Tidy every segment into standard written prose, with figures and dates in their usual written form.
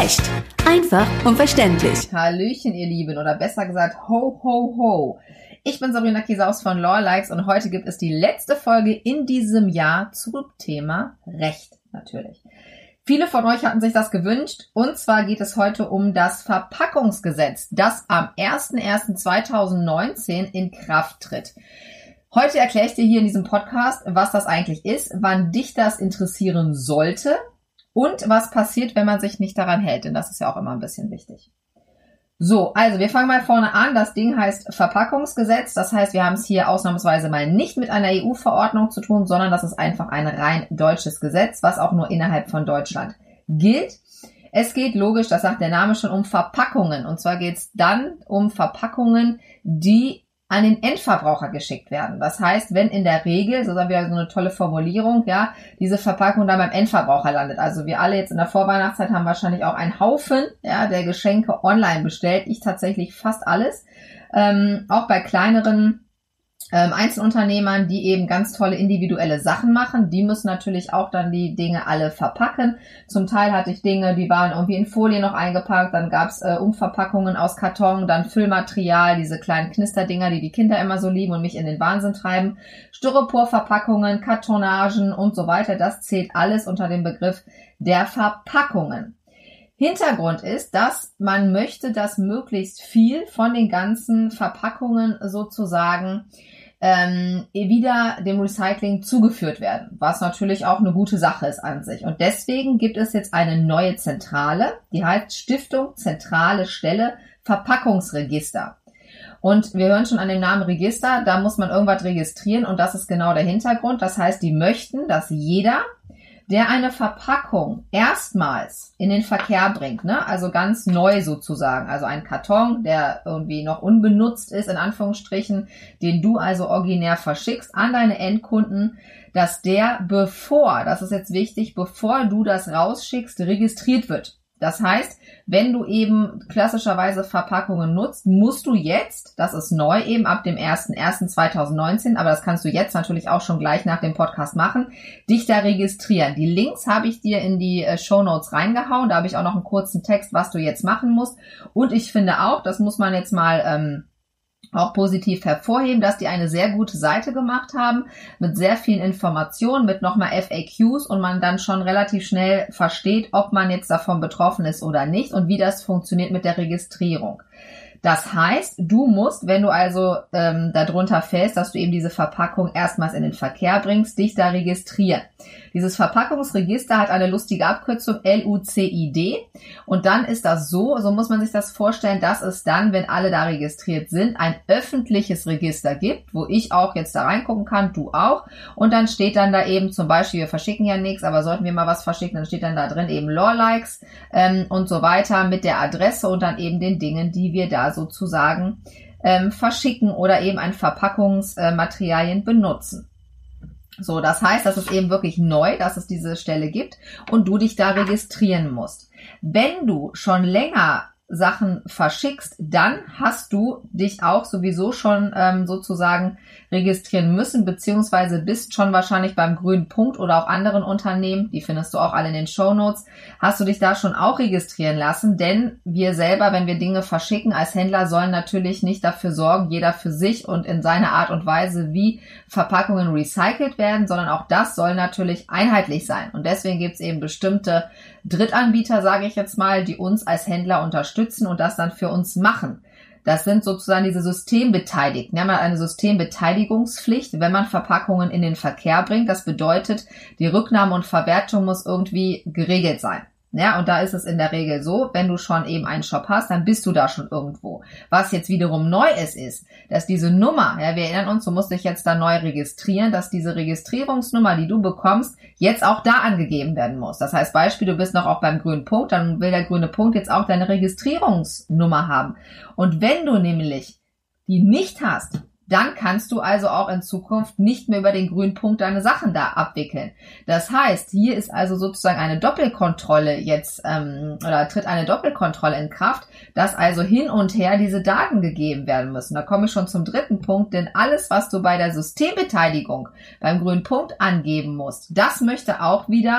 Recht. Einfach und verständlich. Hallöchen, ihr Lieben, oder besser gesagt, ho, ho, ho. Ich bin Sabrina Kiesaus von Lawlikes und heute gibt es die letzte Folge in diesem Jahr zum Thema Recht, natürlich. Viele von euch hatten sich das gewünscht und zwar geht es heute um das Verpackungsgesetz, das am 01.01.2019 in Kraft tritt. Heute erkläre ich dir hier in diesem Podcast, was das eigentlich ist, wann dich das interessieren sollte und was passiert, wenn man sich nicht daran hält, denn das ist ja auch immer ein bisschen wichtig. So, also wir fangen mal vorne an. Das Ding heißt Verpackungsgesetz. Das heißt, wir haben es hier ausnahmsweise mal nicht mit einer EU-Verordnung zu tun, sondern das ist einfach ein rein deutsches Gesetz, was auch nur innerhalb von Deutschland gilt. Es geht logisch, das sagt der Name schon, um Verpackungen. Und zwar geht es dann um Verpackungen, die an den Endverbraucher geschickt werden. Das heißt, wenn in der Regel, so sagen wir so eine tolle Formulierung, ja, diese Verpackung dann beim Endverbraucher landet. Also wir alle jetzt in der Vorweihnachtszeit haben wahrscheinlich auch einen Haufen, ja, der Geschenke online bestellt. Ich tatsächlich fast alles. Auch bei kleineren Einzelunternehmern, die eben ganz tolle individuelle Sachen machen, die müssen natürlich auch dann die Dinge alle verpacken. Zum Teil hatte ich Dinge, die waren irgendwie in Folie noch eingepackt, dann gab's Umverpackungen aus Karton, dann Füllmaterial, diese kleinen Knisterdinger, die die Kinder immer so lieben und mich in den Wahnsinn treiben, Styroporverpackungen, Kartonagen und so weiter. Das zählt alles unter dem Begriff der Verpackungen. Hintergrund ist, dass man möchte, dass möglichst viel von den ganzen Verpackungen sozusagen wieder dem Recycling zugeführt werden, was natürlich auch eine gute Sache ist an sich. Und deswegen gibt es jetzt eine neue Zentrale, die heißt Stiftung Zentrale Stelle Verpackungsregister. Und wir hören schon an dem Namen Register, da muss man irgendwas registrieren und das ist genau der Hintergrund. Das heißt, die möchten, dass jeder, der eine Verpackung erstmals in den Verkehr bringt, ne, also ganz neu sozusagen, also ein Karton, der irgendwie noch unbenutzt ist, in Anführungsstrichen, den du also originär verschickst an deine Endkunden, dass der, das ist jetzt wichtig, bevor du das rausschickst, registriert wird. Das heißt, wenn du eben klassischerweise Verpackungen nutzt, musst du jetzt, das ist neu eben ab dem 01.01.2019, aber das kannst du jetzt natürlich auch schon gleich nach dem Podcast machen, dich da registrieren. Die Links habe ich dir in die Shownotes reingehauen, da habe ich auch noch einen kurzen Text, was du jetzt machen musst. Und ich finde auch, das muss man jetzt mal auch positiv hervorheben, dass die eine sehr gute Seite gemacht haben, mit sehr vielen Informationen, mit nochmal FAQs und man dann schon relativ schnell versteht, ob man jetzt davon betroffen ist oder nicht und wie das funktioniert mit der Registrierung. Das heißt, du musst, wenn du also darunter fällst, dass du eben diese Verpackung erstmals in den Verkehr bringst, dich da registrieren. Dieses Verpackungsregister hat eine lustige Abkürzung LUCID und dann ist das so muss man sich das vorstellen, dass es dann, wenn alle da registriert sind, ein öffentliches Register gibt, wo ich auch jetzt da reingucken kann, du auch und dann steht dann da eben zum Beispiel, wir verschicken ja nichts, aber sollten wir mal was verschicken, dann steht dann da drin eben Lawlikes und so weiter mit der Adresse und dann eben den Dingen, die wir da sozusagen verschicken oder eben an Verpackungsmaterialien benutzen. So, das heißt, das ist eben wirklich neu, dass es diese Stelle gibt und du dich da registrieren musst. Wenn du schon länger Sachen verschickst, dann hast du dich auch sowieso schon sozusagen registrieren müssen, beziehungsweise bist schon wahrscheinlich beim grünen Punkt oder auch anderen Unternehmen, die findest du auch alle in den Shownotes, hast du dich da schon auch registrieren lassen, denn wir selber, wenn wir Dinge verschicken als Händler, sollen natürlich nicht dafür sorgen, jeder für sich und in seiner Art und Weise, wie Verpackungen recycelt werden, sondern auch das soll natürlich einheitlich sein und deswegen gibt es eben bestimmte Drittanbieter, sage ich jetzt mal, die uns als Händler unterstützen und das dann für uns machen. Das sind sozusagen diese Systembeteiligten. Wir haben eine Systembeteiligungspflicht, wenn man Verpackungen in den Verkehr bringt. Das bedeutet, die Rücknahme und Verwertung muss irgendwie geregelt sein. Ja, und da ist es in der Regel so, wenn du schon eben einen Shop hast, dann bist du da schon irgendwo. Was jetzt wiederum neu ist, dass diese Nummer, ja, wir erinnern uns, du musst dich jetzt da neu registrieren, dass diese Registrierungsnummer, die du bekommst, jetzt auch da angegeben werden muss. Das heißt, Beispiel, du bist noch auch beim grünen Punkt, dann will der grüne Punkt jetzt auch deine Registrierungsnummer haben. Und wenn du nämlich die nicht hast, dann kannst du also auch in Zukunft nicht mehr über den grünen Punkt deine Sachen da abwickeln. Das heißt, hier ist also sozusagen eine Doppelkontrolle jetzt oder tritt eine Doppelkontrolle in Kraft, dass also hin und her diese Daten gegeben werden müssen. Da komme ich schon zum dritten Punkt, denn alles, was du bei der Systembeteiligung beim grünen Punkt angeben musst, das möchte auch wieder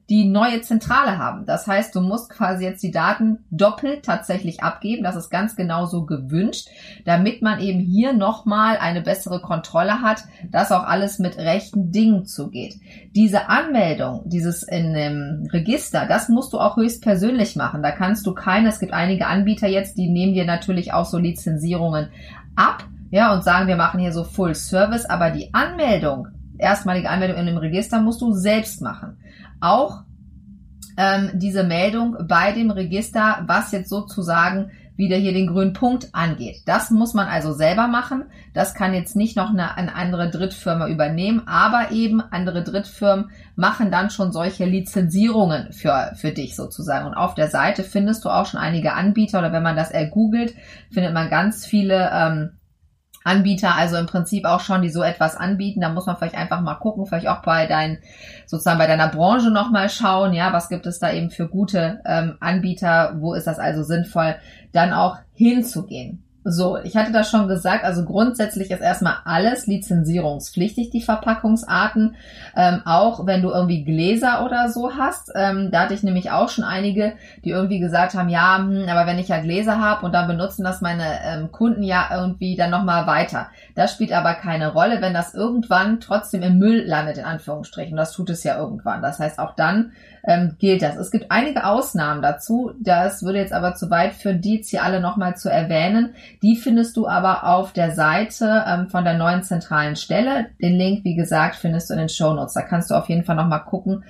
die neue Zentrale haben. Das heißt, du musst quasi jetzt die Daten doppelt tatsächlich abgeben. Das ist ganz genauso gewünscht, damit man eben hier nochmal eine bessere Kontrolle hat, dass auch alles mit rechten Dingen zugeht. Diese Anmeldung, dieses in dem Register, das musst du auch höchstpersönlich machen. Da kannst du es gibt einige Anbieter jetzt, die nehmen dir natürlich auch so Lizenzierungen ab, ja, und sagen, wir machen hier so Full Service, aber die erstmalige Anmeldung in dem Register musst du selbst machen. Auch diese Meldung bei dem Register, was jetzt sozusagen wieder hier den grünen Punkt angeht. Das muss man also selber machen. Das kann jetzt nicht noch eine andere Drittfirma übernehmen, aber eben andere Drittfirmen machen dann schon solche Lizenzierungen für dich sozusagen. Und auf der Seite findest du auch schon einige Anbieter, oder wenn man das googelt, findet man ganz viele Anbieter, also im Prinzip auch schon, die so etwas anbieten. Da muss man vielleicht einfach mal gucken, vielleicht auch bei deiner Branche nochmal schauen, ja, was gibt es da eben für gute Anbieter, wo ist das also sinnvoll, dann auch hinzugehen. So, ich hatte das schon gesagt, also grundsätzlich ist erstmal alles lizenzierungspflichtig, die Verpackungsarten, auch wenn du irgendwie Gläser oder so hast. Da hatte ich nämlich auch schon einige, die irgendwie gesagt haben, ja, aber wenn ich ja Gläser habe und dann benutzen das meine Kunden ja irgendwie dann nochmal weiter. Das spielt aber keine Rolle, wenn das irgendwann trotzdem im Müll landet, in Anführungsstrichen. Das tut es ja irgendwann. Das heißt, auch dann gilt das. Es gibt einige Ausnahmen dazu. Das würde jetzt aber zu weit führen, die jetzt hier alle nochmal zu erwähnen. Die findest du aber auf der Seite von der neuen zentralen Stelle. Den Link, wie gesagt, findest du in den Shownotes. Da kannst du auf jeden Fall nochmal gucken,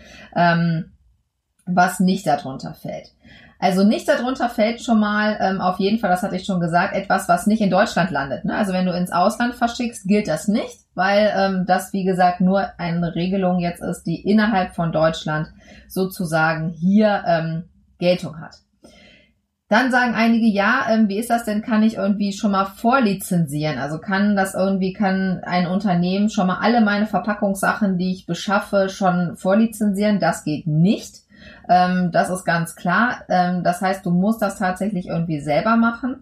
was nicht darunter fällt. Also nicht darunter fällt schon mal auf jeden Fall, das hatte ich schon gesagt, etwas, was nicht in Deutschland landet. Ne? Also wenn du ins Ausland verschickst, gilt das nicht, weil das, wie gesagt, nur eine Regelung jetzt ist, die innerhalb von Deutschland sozusagen hier Geltung hat. Dann sagen einige, ja, wie ist das denn, kann ich irgendwie schon mal vorlizenzieren? Also kann ein Unternehmen schon mal alle meine Verpackungssachen, die ich beschaffe, schon vorlizenzieren? Das geht nicht. Das ist ganz klar. Das heißt, du musst das tatsächlich irgendwie selber machen.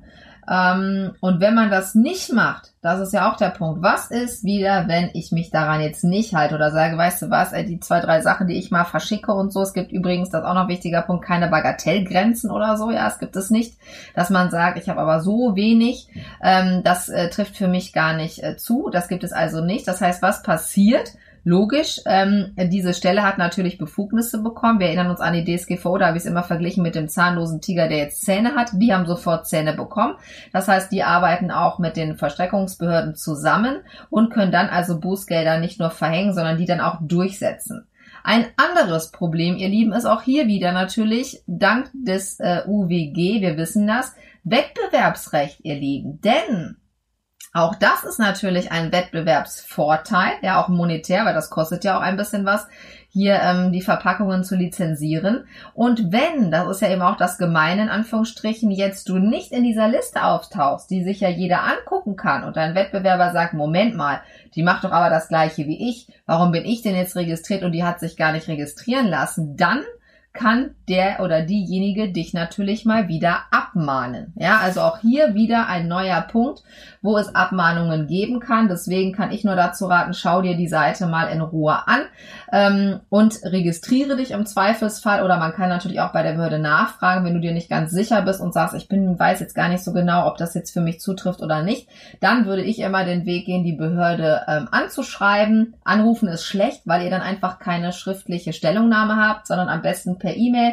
Und wenn man das nicht macht, das ist ja auch der Punkt. Was ist wieder, wenn ich mich daran jetzt nicht halte oder sage, weißt du was, die 2, 3 Sachen, die ich mal verschicke und so. Es gibt übrigens, das ist auch noch ein wichtiger Punkt, keine Bagatellgrenzen oder so. Ja, es gibt es nicht, dass man sagt, ich habe aber so wenig, das trifft für mich gar nicht zu. Das gibt es also nicht. Das heißt, was passiert? Logisch, diese Stelle hat natürlich Befugnisse bekommen. Wir erinnern uns an die DSGVO, da habe ich es immer verglichen mit dem zahnlosen Tiger, der jetzt Zähne hat. Die haben sofort Zähne bekommen. Das heißt, die arbeiten auch mit den Vollstreckungsbehörden zusammen und können dann also Bußgelder nicht nur verhängen, sondern die dann auch durchsetzen. Ein anderes Problem, ihr Lieben, ist auch hier wieder natürlich dank des UWG, wir wissen das, Wettbewerbsrecht, ihr Lieben. Denn auch das ist natürlich ein Wettbewerbsvorteil, ja auch monetär, weil das kostet ja auch ein bisschen was, hier die Verpackungen zu lizenzieren. Und wenn, das ist ja eben auch das Gemeine in Anführungsstrichen, jetzt du nicht in dieser Liste auftauchst, die sich ja jeder angucken kann und dein Wettbewerber sagt, Moment mal, die macht doch aber das Gleiche wie ich, warum bin ich denn jetzt registriert und die hat sich gar nicht registrieren lassen, dann kann der oder diejenige dich natürlich mal wieder abmahnen. Ja, also auch hier wieder ein neuer Punkt, wo es Abmahnungen geben kann. Deswegen kann ich nur dazu raten, schau dir die Seite mal in Ruhe an und registriere dich im Zweifelsfall. Oder man kann natürlich auch bei der Behörde nachfragen, wenn du dir nicht ganz sicher bist und sagst, weiß jetzt gar nicht so genau, ob das jetzt für mich zutrifft oder nicht. Dann würde ich immer den Weg gehen, die Behörde anzuschreiben. Anrufen ist schlecht, weil ihr dann einfach keine schriftliche Stellungnahme habt, sondern am besten per E-Mail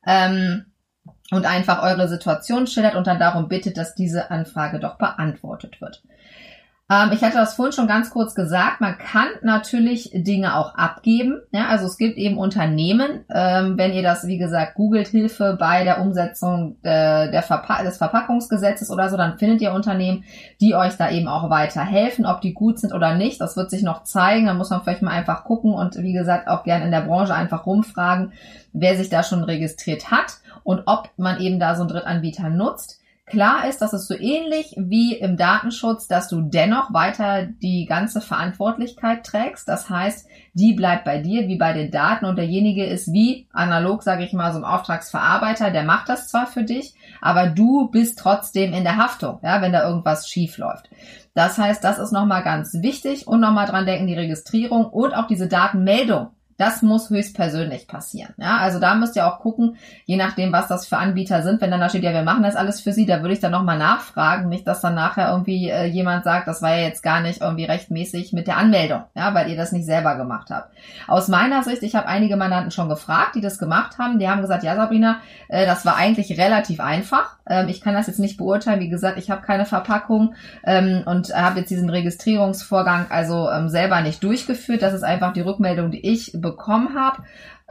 und einfach eure Situation schildert und dann darum bittet, dass diese Anfrage doch beantwortet wird. Ich hatte das vorhin schon ganz kurz gesagt, man kann natürlich Dinge auch abgeben. Ja, also es gibt eben Unternehmen, wenn ihr das, wie gesagt, googelt, Hilfe bei der Umsetzung des Verpackungsgesetzes oder so, dann findet ihr Unternehmen, die euch da eben auch weiterhelfen. Ob die gut sind oder nicht, das wird sich noch zeigen. Da muss man vielleicht mal einfach gucken und wie gesagt auch gerne in der Branche einfach rumfragen, wer sich da schon registriert hat und ob man eben da so einen Drittanbieter nutzt. Klar ist, dass es so ähnlich wie im Datenschutz, dass du dennoch weiter die ganze Verantwortlichkeit trägst. Das heißt, die bleibt bei dir wie bei den Daten und derjenige ist wie analog, sage ich mal, so ein Auftragsverarbeiter, der macht das zwar für dich, aber du bist trotzdem in der Haftung, ja, wenn da irgendwas schief läuft. Das heißt, das ist nochmal ganz wichtig und nochmal dran denken, die Registrierung und auch diese Datenmeldung. Das muss höchstpersönlich passieren. Ja, also da müsst ihr auch gucken, je nachdem, was das für Anbieter sind. Wenn dann da steht, ja, wir machen das alles für Sie, da würde ich dann nochmal nachfragen. Nicht, dass dann nachher irgendwie jemand sagt, das war ja jetzt gar nicht irgendwie rechtmäßig mit der Anmeldung, ja, weil ihr das nicht selber gemacht habt. Aus meiner Sicht, ich habe einige Mandanten schon gefragt, die das gemacht haben. Die haben gesagt, ja, Sabrina, das war eigentlich relativ einfach. Ich kann das jetzt nicht beurteilen. Wie gesagt, ich habe keine Verpackung und habe jetzt diesen Registrierungsvorgang also selber nicht durchgeführt. Das ist einfach die Rückmeldung, die ich bekommen habe.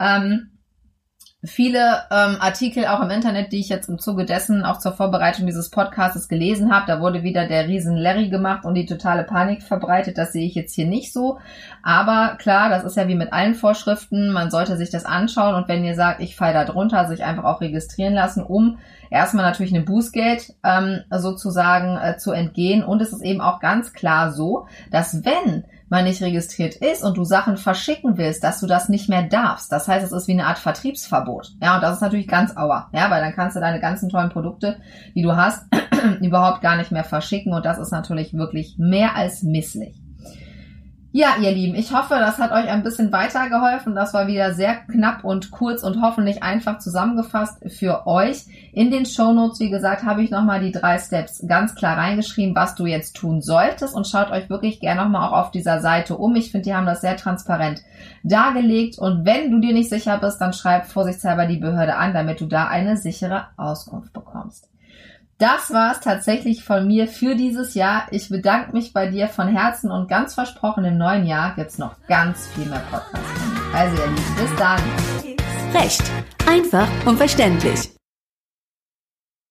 Viele Artikel auch im Internet, die ich jetzt im Zuge dessen auch zur Vorbereitung dieses Podcasts gelesen habe, da wurde wieder der riesen Larry gemacht und die totale Panik verbreitet. Das sehe ich jetzt hier nicht so. Aber klar, das ist ja wie mit allen Vorschriften. Man sollte sich das anschauen und wenn ihr sagt, ich falle da drunter, sich einfach auch registrieren lassen, um erstmal natürlich einem Bußgeld sozusagen zu entgehen. Und es ist eben auch ganz klar so, dass wenn man nicht registriert ist und du Sachen verschicken willst, dass du das nicht mehr darfst. Das heißt, es ist wie eine Art Vertriebsverbot. Ja, und das ist natürlich ganz aua. Ja, weil dann kannst du deine ganzen tollen Produkte, die du hast, überhaupt gar nicht mehr verschicken und das ist natürlich wirklich mehr als misslich. Ja, ihr Lieben, ich hoffe, das hat euch ein bisschen weitergeholfen. Das war wieder sehr knapp und kurz und hoffentlich einfach zusammengefasst für euch. In den Shownotes, wie gesagt, habe ich nochmal die 3 Steps ganz klar reingeschrieben, was du jetzt tun solltest und schaut euch wirklich gerne nochmal auch auf dieser Seite um. Ich finde, die haben das sehr transparent dargelegt und wenn du dir nicht sicher bist, dann schreib vorsichtshalber die Behörde an, damit du da eine sichere Auskunft bekommst. Das war es tatsächlich von mir für dieses Jahr. Ich bedanke mich bei dir von Herzen und ganz versprochen, im neuen Jahr gibt's noch ganz viel mehr Podcasts von mir. Also ihr Lieben, bis dann. Recht. Einfach und verständlich.